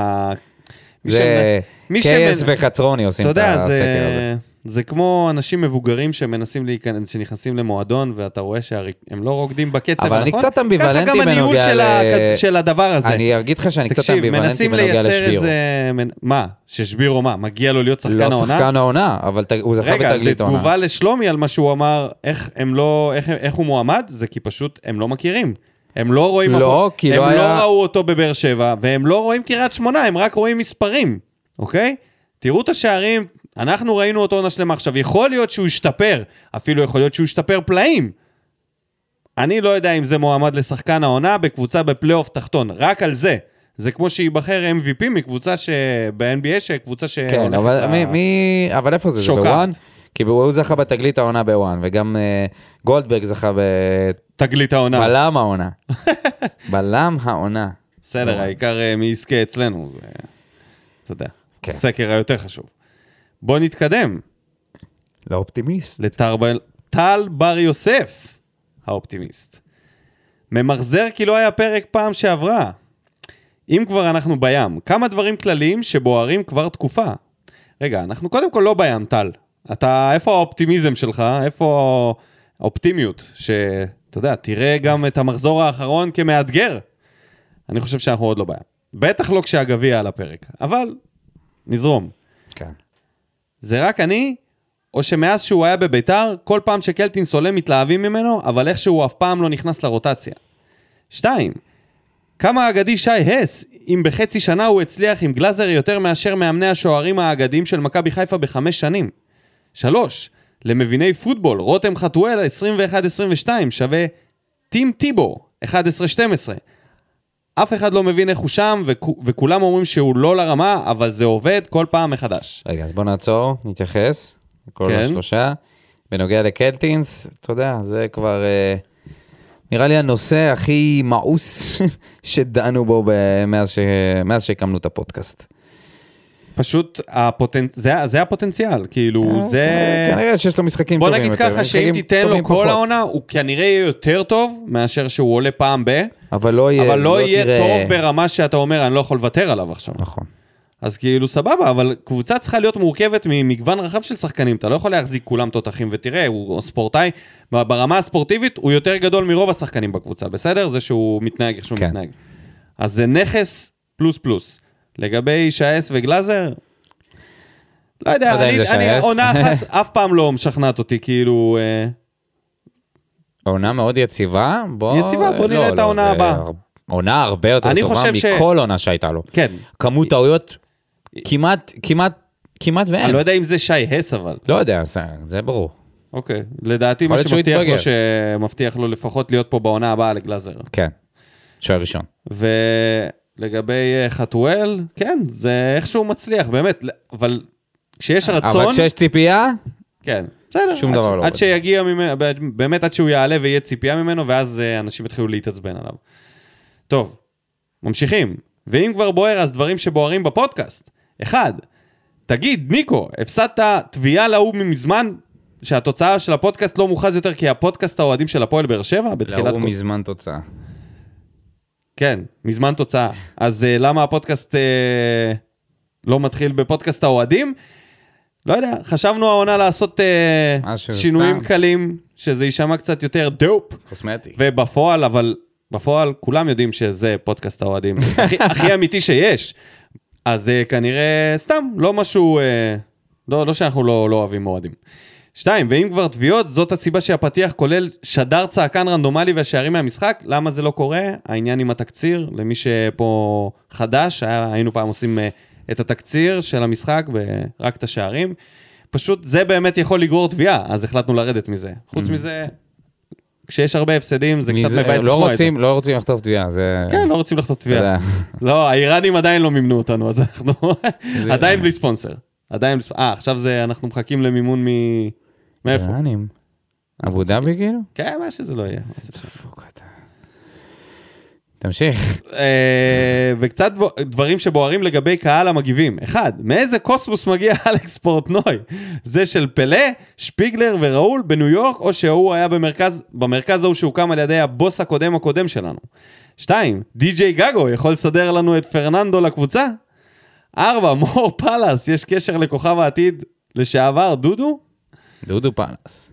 זה קייס וחצרוני עושים את הסקר הזה. זה כמו אנשים מבוגרים שנכנסים למועדון, ואתה רואה שהם לא רוקדים בקצב, אבל אני קצת אמביוולנטי ככה גם הניהול של הדבר הזה. אני אגיד לך שאני קצת אמביוולנטי בנוגע לשבירו. מה? ששבירו מה? מגיע לו להיות שחקן העונה? לא שחקן העונה, אבל הוא זכה בתגלית העונה. רגע, תגובה לשלומי על מה שהוא אמר, איך הוא מועמד, זה כי פשוט הם לא מכירים. הם לא רואים אותו, הם לא ראו אותו בבאר שבע, והם לא רואים קריית שמונה, הם רק רואים מספרים, אוקיי? תראו את השערים, אנחנו ראינו אותו עונה שלמה. עכשיו, יכול להיות שהוא ישתפר, אפילו יכול להיות שהוא ישתפר פלאים. אני לא יודע אם זה מועמד לשחקן העונה בקבוצה בפלייאוף תחתון, רק על זה. זה כמו שיבחר MVP מקבוצה ב-NBA, שקבוצה כן, אבל איפה זה? שוקעת. זה בוואן? כי הוא זכה בתגלית העונה בוואן, וגם גולדברג זכה תגלית העונה. בלם העונה. בלם העונה. בסדר, העיקר מי יזכה אצלנו. אתה יודע, הסקר היותר חשוב. בוא נתקדם. לאופטימיסט. טל בר יוסף, האופטימיסט. ממחזר כי לא היה פרק פעם שעברה. אם כבר אנחנו בים, כמה דברים כלליים שבוערים כבר תקופה. רגע, אנחנו קודם כל לא בים, טל. איפה האופטימיזם שלך? איפה האופטימיות? שאתה יודע, תראה גם את המחזור האחרון כמאתגר. אני חושב שאנחנו עוד לא בים. בטח לא כשהגביע על הפרק, אבל נזרום. כן. זה רק אני, או שמאז שהוא היה בביתר, כל פעם שקלטינס עולה מתלהבים ממנו, אבל איכשהו אף פעם לא נכנס לרוטציה. 2. כמה אגדי שי הס, אם בחצי שנה הוא הצליח עם גלאזר יותר מאשר מאמני השוערים האגדיים של מכבי חיפה ב5 שנים. 3. למביני פוטבול, רותם חתואל 21-22 שווה טים טיבור 11-12. אף אחד לא מבין איך הוא שם, וכולם אומרים שהוא לא לרמה, אבל זה עובד כל פעם מחדש. רגע, אז בוא נעצור, נתייחס, כל השלושה. בנוגע לקלטינס, אתה יודע, זה כבר נראה לי הנושא הכי מאוס שדענו בו מאז שהקמנו את הפודקאסט. פשוט, זה הפוטנציאל, כאילו זה... כנראה שיש לו משחקים טובים. בוא נגיד ככה, שאם תיתן לו כל העונה, הוא כנראה יהיה יותר טוב, מאשר שהוא עולה פעם אבל לא יהיה טוב ברמה שאתה אומר, אני לא יכול לוותר עליו עכשיו. נכון. אז כאילו סבבה, אבל קבוצה צריכה להיות מורכבת ממגוון רחב של שחקנים, אתה לא יכול להחזיק כולם תותחים, ותראה, הוא ספורטאי, ברמה הספורטיבית הוא יותר גדול מרוב השחקנים בקבוצה, בסדר? זה שהוא מתנהג איך שהוא מתנהג. אז זה נכס פלוס פלוס. לגבי שייס וגלאזר, לא יודע, אני עונה אחת אף פעם לא משכנעת אותי, כאילו... עונה מאוד יציבה, בוא נראה את העונה הבאה. עונה הרבה יותר טובה מכל עונה שהייתה לו. כן. כמות טעויות כמעט ואין. אני לא יודע אם זה שי הס, אבל. לא יודע, זה ברור. אוקיי, לדעתי מה שמבטיח לו לפחות להיות פה בעונה הבאה לגלאזר. כן, שוער ראשון. ולגבי חתואל, כן, זה איכשהו מצליח, באמת, אבל כשיש רצון... אבל כשיש ציפייה... כן, בסדר. שום דבר לא. עד שיגיע ממנו, באמת עד שהוא יעלה ויהיה ציפייה ממנו, ואז אנשים יתחילו להתעצבן עליו. טוב, ממשיכים. ואם כבר בוער, אז דברים שבוערים בפודקאסט. 1. תגיד, ניקו, הפסדת תביעה להוא מזמן, שהתוצאה של הפודקאסט לא מוכז יותר, כי הפודקאסט האוהדים של הפועל באר שבע, להוא מזמן תוצאה. כן, מזמן תוצאה. אז למה הפודקאסט לא מתחיל בפודקאסט האוהדים? לא יודע, חשבנו העונה לעשות שינויים קלים, שזה יישמע קצת יותר דופ. קוסמטי. ובפועל, אבל בפועל כולם יודעים שזה פודקאסט האוהדים. הכי אמיתי שיש. אז כנראה סתם, לא משהו, לא שאנחנו לא אוהבים אוהדים. 2, ואם כבר תביעות, זאת הסיבה שהפתיח כולל שדר צעקן רנדומלי והשערים מהמשחק. למה זה לא קורה? העניין עם התקציר, למי שפה חדש, היינו פעם עושים את התקציר של המשחק ורק את השערים. פשוט זה באמת יכול לגרור תביעה, אז החלטנו לרדת מזה. חוץ מזה, כשיש הרבה הפסדים, זה קצת מבאס לשמוע את זה. לא רוצים לכתוב תביעה, זה... כן, לא רוצים לכתוב תביעה. לא, האיראנים עדיין לא מימנו אותנו, אז אנחנו עדיין בלי ספונסר. עדיין, עכשיו אנחנו מחכים למימון מאיפה? איראנים. אבו דאבי כאילו? כן, מה שזה לא יהיה. תמשיך. וקצת דברים שבוערים לגבי קהל המגיבים. אחד, מאיזה קוסמוס מגיע אלכס פורטנוי? זה של פלא, שפיגלר וראול בניו יורק, או שהוא היה במרכז ההוא שהוקם על ידי הבוס הקודם שלנו? 2, די.ג'יי גגו יכול לסדר לנו את פרננדו לקבוצה? 4, מור פלס, יש קשר לכוכב העתיד לשעבר, דודו? דודו פלס.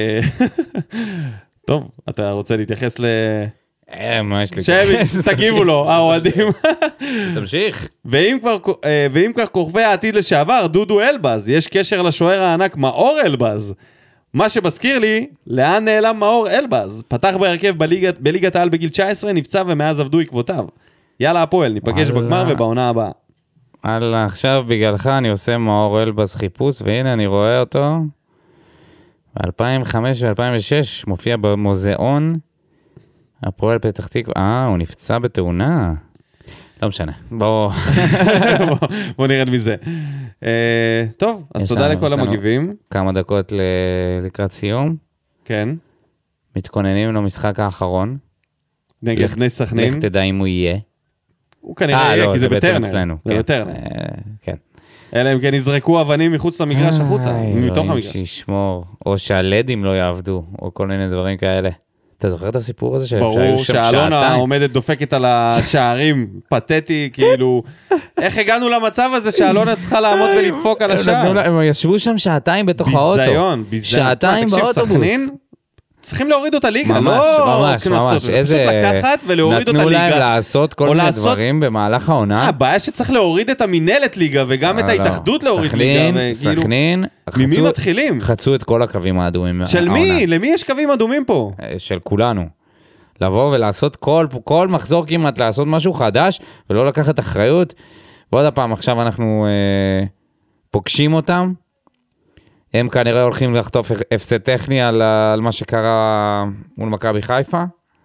טוב, אתה רוצה להתייחס מה יש לי? תגיבו לו, האוהדים. תמשיך. ואם כך כוכבי העתיד לשעבר, דודו אלבז, יש קשר לשוער הענק מאור אלבז. מה שמזכיר לי, לאן נעלם מאור אלבז? פתח בהרכב בליגת העל בגיל 19, נפצע ומאז עבדו עקבותיו. יאללה הפועל, ניפגש בגמר ובעונה הבאה. הלאה, עכשיו בגללך אני עושה מאור אלבז חיפוש, והנה אני רואה אותו. ב-2005 ו-2006 מופיע במוזיאון. הפועל פתח תקווה, הוא נפצע בתאונה. לא משנה, בוא נרד מזה. טוב, אז תודה לכל המגיבים. כמה דקות לקראת סיום. כן. מתכוננים למשחק האחרון. נגד בני סכנין. לך תדע אם הוא יהיה. הוא כנראה יהיה, כי זה בטרנר. זה בטרנר. כן. אלא אם כן יזרקו אבנים מחוץ למגרש החוצה, מתוך המגרש. שישמור, או שהלדים לא יעבדו, או כל מיני דברים כאלה. אתה זוכר את הסיפור הזה? ברור שאלונה עומדת דופקת על השערים, פתטי, כאילו, איך הגענו למצב הזה שאלונה צריכה לעמוד ולדפוק על השער? הם ישבו שם שעתיים בתוך האוטו. ביזיון. שעתיים באוטובוס. צריכים להוריד אותה ליגה, ממש. פשוט לקחת ולהוריד אותה ליגה. נתנו להם לעשות כל מיני דברים במהלך העונה. הבעיה שצריך להוריד את המנהלת ליגה, וגם את ההתאחדות להוריד ליגה. סכנין, ממי מתחילים? חצו את כל הקווים האדומים. של מי? למי יש קווים אדומים פה? של כולנו. לבוא ולעשות כל מחזור כמעט, לעשות משהו חדש, ולא לקחת אחריות. ועוד הפעם, עכשיו אנחנו פוגשים אותם. הם כנראה הולכים לחטוף הפסד טכני על מה שקרה מול מכבי חיפה.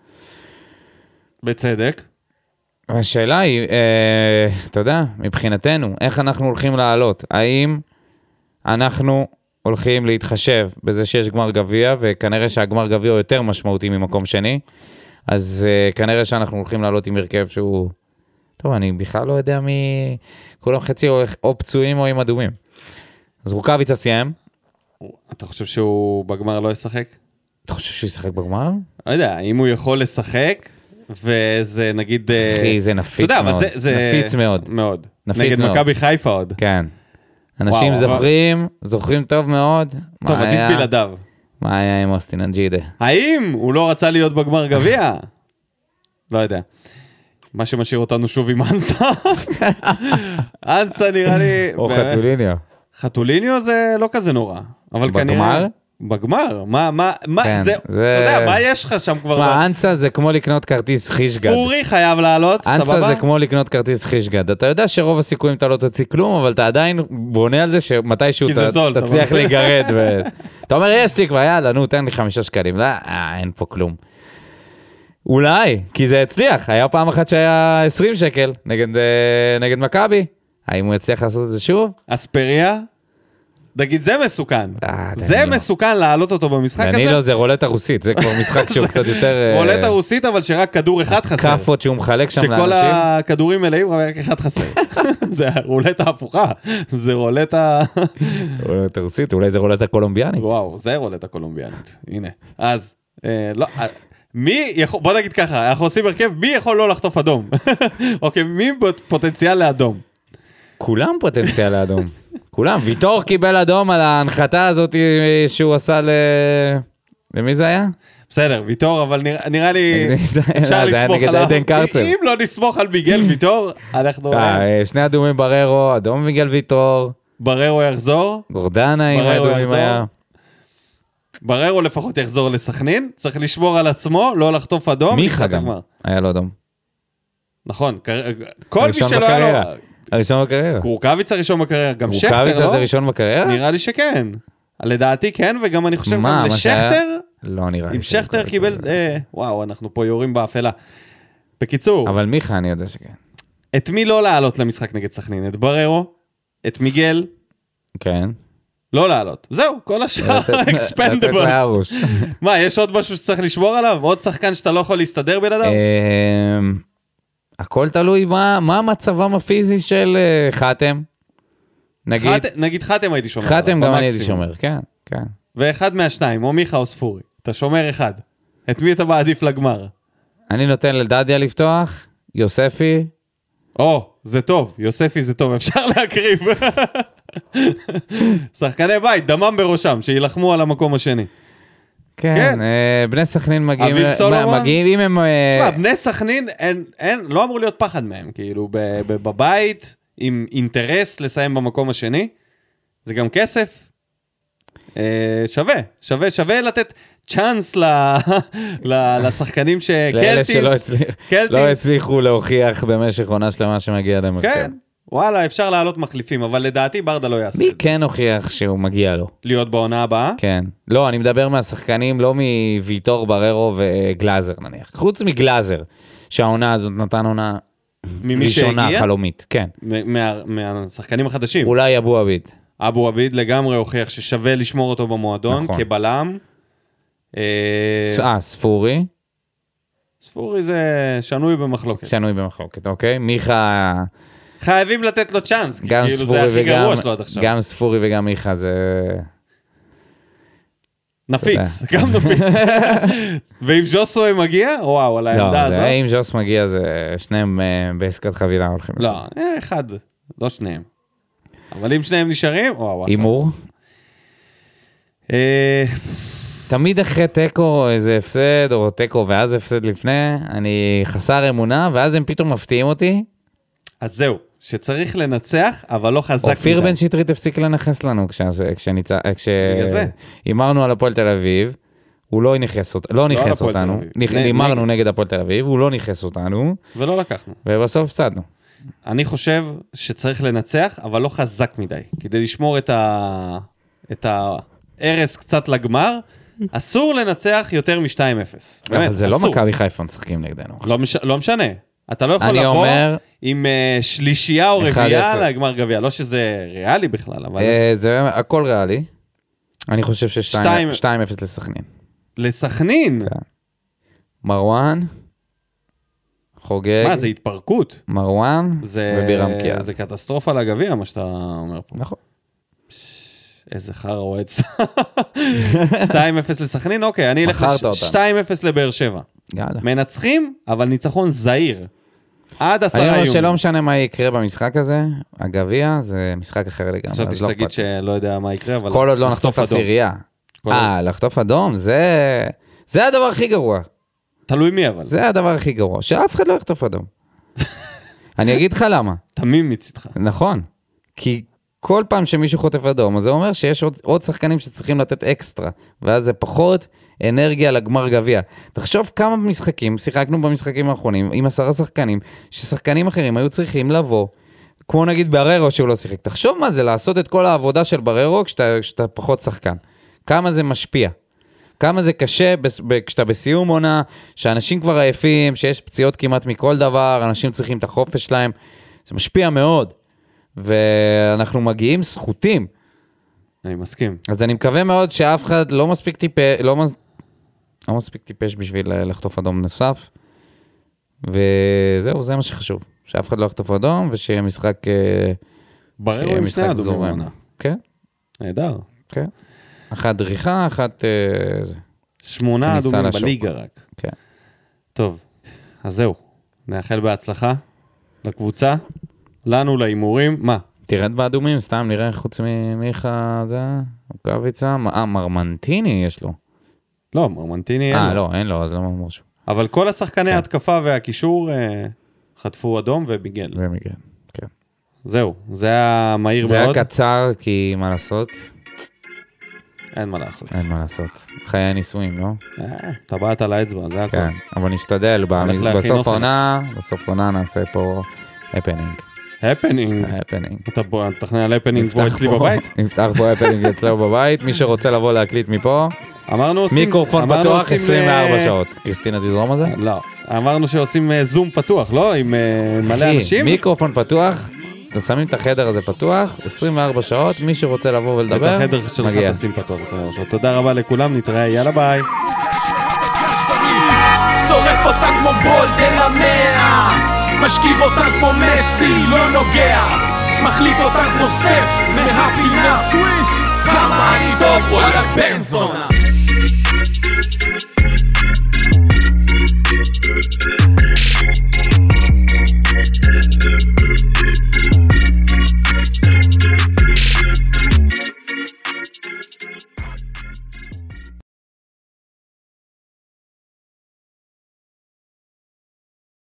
בצדק. השאלה היא, אתה יודע, מבחינתנו, איך אנחנו הולכים לעלות? האם אנחנו הולכים להתחשב בזה שיש גמר גביע, וכנראה שהגמר גביע הוא יותר משמעותי ממקום שני, אז כנראה שאנחנו הולכים לעלות עם הרכב שהוא, טוב, אני בכלל לא יודע מי, כולם חצי או פצועים או עם אדומים. אז רוקאביצה סיים. אתה חושב שהוא בגמר לא ישחק? אתה חושב שהוא ישחק בגמר? לא יודע, אם הוא יכול לשחק, וזה נגיד... אחי, זה נפיץ מאוד. נפיץ מאוד. מאוד. נגד מכבי חיפה עוד. כן. אנשים זוכרים טוב מאוד. טוב, עדיף בלעדיו. מה היה עם אוסטין אנג'ידה? האם הוא לא רצה להיות בגמר גביע? לא יודע. מה שמשאיר אותנו שוב עם אנסה. אנסה נראה לי... או חתוליניו. חתוליניו זה לא כזה נורא. אבל בגמר? בגמר, זה, אתה יודע, מה יש לך שם כבר? תשמע, אנסה זה כמו לקנות כרטיס חישגד. ספורי חייב לעלות, סבבה? אנסה זה כמו לקנות כרטיס חישגד. אתה יודע שרוב הסיכויים אתה לא תוציא כלום, אבל אתה עדיין בונה על זה שמתישהו תצליח לגרד. אתה אומר, יש לי כבר, יאללה, נו, תן לי 5 שקלים. לא, אין פה כלום. אולי, כי זה הצליח. היה פעם אחת שהיה 20 שקל נגד מכבי. האם הוא יצליח לעשות את זה שוב? אספריה? נגיד, זה מסוכן. זה מסוכן להעלות אותו במשחק הזה. דנילו זה רולטה רוסית, זה כבר משחק שהוא קצת יותר... רולטה רוסית, אבל שרק כדור אחד חסר. קאפות שהוא מחלק שם לאנשים. שכל הכדורים מלאים, רק אחד חסר. זה רולטה הפוכה. זה רולטה... רולטה רוסית, אולי זה רולטה קולומביאנית. וואו, זה רולטה קולומביאנית. הנה. אז, לא... מי יכול... בוא נגיד ככה, אנחנו עושים הרכב, מי יכול לא לחטוף אדום? אוקיי, מי פוטנציאל לאדום? כולם פוטנציאל לאדום. כולם. ויטור קיבל אדום על ההנחתה הזאת שהוא עשה למי זה היה? בסדר, ויטור, אבל נראה לי אפשר לסמוך עליו. אם לא נסמוך על מיגל ויטור, אנחנו... שני אדומים בררו, אדום מיגל ויטור. בררו יחזור. גורדנה עם האדומים היה. בררו לפחות יחזור לסכנין, צריך לשמור על עצמו, לא לחטוף אדום. מיכה גם, היה לו אדום. נכון, כל מי שלא היה לו... הראשון בקריירה. רוקאביצה ראשון בקריירה, גם שכטר, לא? רוקאביצה זה ראשון בקריירה? נראה לי שכן. לדעתי כן, וגם אני חושב גם לשכטר. לא נראה לי. אם שכטר קיבל, וואו, אנחנו פה יורים באפלה. בקיצור. אבל מיכה אני יודע שכן. את מי לא לעלות למשחק נגד סכנין? את בררו, את מיגל, כן. לא לעלות. זהו, כל השאר לתת אקספנדבלס. להרוש. מה, יש עוד משהו שצריך לשמור עליו? עוד שחקן שאתה לא יכול להסתדר בלעדיו? הכל תלוי מה מצבם הפיזי של חתם. נגיד חתם הייתי שומר. חתם גם אני הייתי שומר, כן, כן. ואחד מהשניים, או מיכה או ספורי. אתה שומר אחד. את מי אתה מעדיף לגמר? אני נותן לדדיה לפתוח, יוספי. זה טוב, יוספי זה טוב, אפשר להקריב. שחקני בית, דמם בראשם, שילחמו על המקום השני. כן, בני סכנין מגיעים, אם הם... תשמע, בני סכנין, לא אמור להיות פחד מהם, כאילו, בבית, עם אינטרס לסיים במקום השני, זה גם כסף, שווה לתת צ'אנס לשחקנים לאלה שלא הצליחו להוכיח במשך עונה שלמה שמגיע להם. כן, וואלה, אפשר לעלות מחליפים, אבל לדעתי ברדה לא יעשה את זה. מי כן הוכיח שהוא מגיע לו? להיות בעונה הבאה? כן. לא, אני מדבר מהשחקנים, לא מוויטור בררו וגלאזר נניח. חוץ מגלאזר, שהעונה הזאת נתן עונה ראשונה חלומית. כן. מהשחקנים החדשים. אולי אבו עביד. אבו עביד לגמרי הוכיח ששווה לשמור אותו במועדון, כבלם. ספורי. ספורי זה שנוי במחלוקת. שנוי במחלוקת, אוקיי. מיכה... חייבים לתת לו צ'אנס, כי כאילו זה הכי גרוע שלו עד עכשיו. גם ספורי וגם מיכה זה... נפיץ, גם נפיץ. ואם ז'וסוי מגיע, וואו, על העמדה הזאת. לא, אם ז'וס מגיע, זה שניהם בעסקת חבילה הולכים. לא, אחד, לא שניהם. אבל אם שניהם נשארים, וואו. אימור? תמיד אחרי טקו איזה הפסד, או טקו ואז הפסד לפני, אני חסר אמונה, ואז הם פתאום מפתיעים אותי. אז זהו, שצריך לנצח, אבל לא חזק מדי. אופיר בן שטרית הפסיק לנחס לנו, כשאימרנו על הפועל תל אביב, הוא לא נכנס אותנו, אימרנו נגד הפועל תל אביב, הוא לא נכנס אותנו. ולא לקחנו. ובסוף הפסדנו. אני חושב שצריך לנצח, אבל לא חזק מדי, כדי לשמור את הארס קצת לגמר, אסור לנצח יותר מ-2-0. אבל זה לא מכבי חיפה משחקים נגדנו. לא משנה. אתה לא יכול לבוא עם שלישייה או רביעייה לגמר גביע. לא שזה ריאלי בכלל, אבל... זה הכל ריאלי. אני חושב ש-2-0 לסכנין. לסכנין? מרואן, חוגג. מה, זה התפרקות? מרואן ובירם קיאד. זה קטסטרופה לגביע, מה שאתה אומר פה. נכון. איזה חר רועץ. 2-0 לסכנין, אוקיי, אני אלך 2-0 לבאר שבע. מנצחים, אבל ניצחון זהיר. עד 10 יום. אני אומר שלא משנה מה יקרה במשחק הזה, הגביע זה משחק אחר לגמרי. חשבתי שתגיד שלא יודע מה יקרה, אבל... כל עוד לא נחטוף עשירייה. לחטוף אדום, זה הדבר הכי גרוע. תלוי מי אבל. זה הדבר הכי גרוע, שאף אחד לא יחטוף אדום. אני אגיד לך למה. תמים מצדך. נכון. כי כל פעם שמישהו חוטף אדום, אז זה אומר שיש עוד שחקנים שצריכים לתת אקסטרה, ואז זה פחות אנרגיה לגמר גביע. תחשוב כמה משחקים, שיחקנו במשחקים האחרונים, עם 10 שחקנים, ששחקנים אחרים היו צריכים לבוא, כמו נגיד בררו שהוא לא שיחק. תחשוב מה זה, לעשות את כל העבודה של בררו כשאתה פחות שחקן. כמה זה משפיע. כמה זה קשה כשאתה בסיום עונה, שאנשים כבר עייפים, שיש פציעות כמעט מכל דבר, אנשים צריכים את החופש שלהם. זה משפיע מאוד. ואנחנו מגיעים זכותים. אני מסכים. אז אני מקווה מאוד שאף אחד לא מספיק טיפש בשביל לחטוף אדום נוסף. וזהו, זה מה שחשוב. שאף אחד לא יחטוף אדום, ושיהיה משחק בררו עם שני אדומים בעונה. כן. נהדר. כן. אחת דריכה, אחת... 8 אדומים בליגה רק. כן. טוב, אז זהו. נאחל בהצלחה לקבוצה. לנו לאימורים, מה? תרד באדומים, סתם נראה חוץ ממיכה, זה, קוויצה, מרמנטיני יש לו. לא, מרמנטיני אין לו. לא, אין לו, אז לא משהו. אבל כל השחקני ההתקפה והקישור חטפו אדום וביגל. כן. זהו, זה היה מהיר מאוד. זה היה קצר, כי מה לעשות? אין מה לעשות. חיי הניסויים, לא? טבעת על האצבע, זה הכל. כן, אבל נשתדל, בסוף עונה נעשה פה הפנינג. הפנינג? אתה תכנן על הפנינג פה אצלי בבית? נפתח פה הפנינג אצלנו בבית, מי שרוצה לבוא להקליט מפה, מיקרופון פתוח 24 שעות. קריסטינה תזרום על זה? לא, אמרנו שעושים זום פתוח, לא? עם מלא אנשים? מיקרופון פתוח, שמים את החדר הזה פתוח, 24 שעות, מי שרוצה לבוא ולדבר, את החדר שלך תשים פתוח 24 שעות. תודה רבה לכולם, נתראה, יאללה ביי. שורף אותה כמו בולד אל המאה, משכיב אותה כמו מסי, לא נוגע, מחליט אותה כמו סטף מהפינה, סוויש, כמה אני טוב, וואלה בן זונה.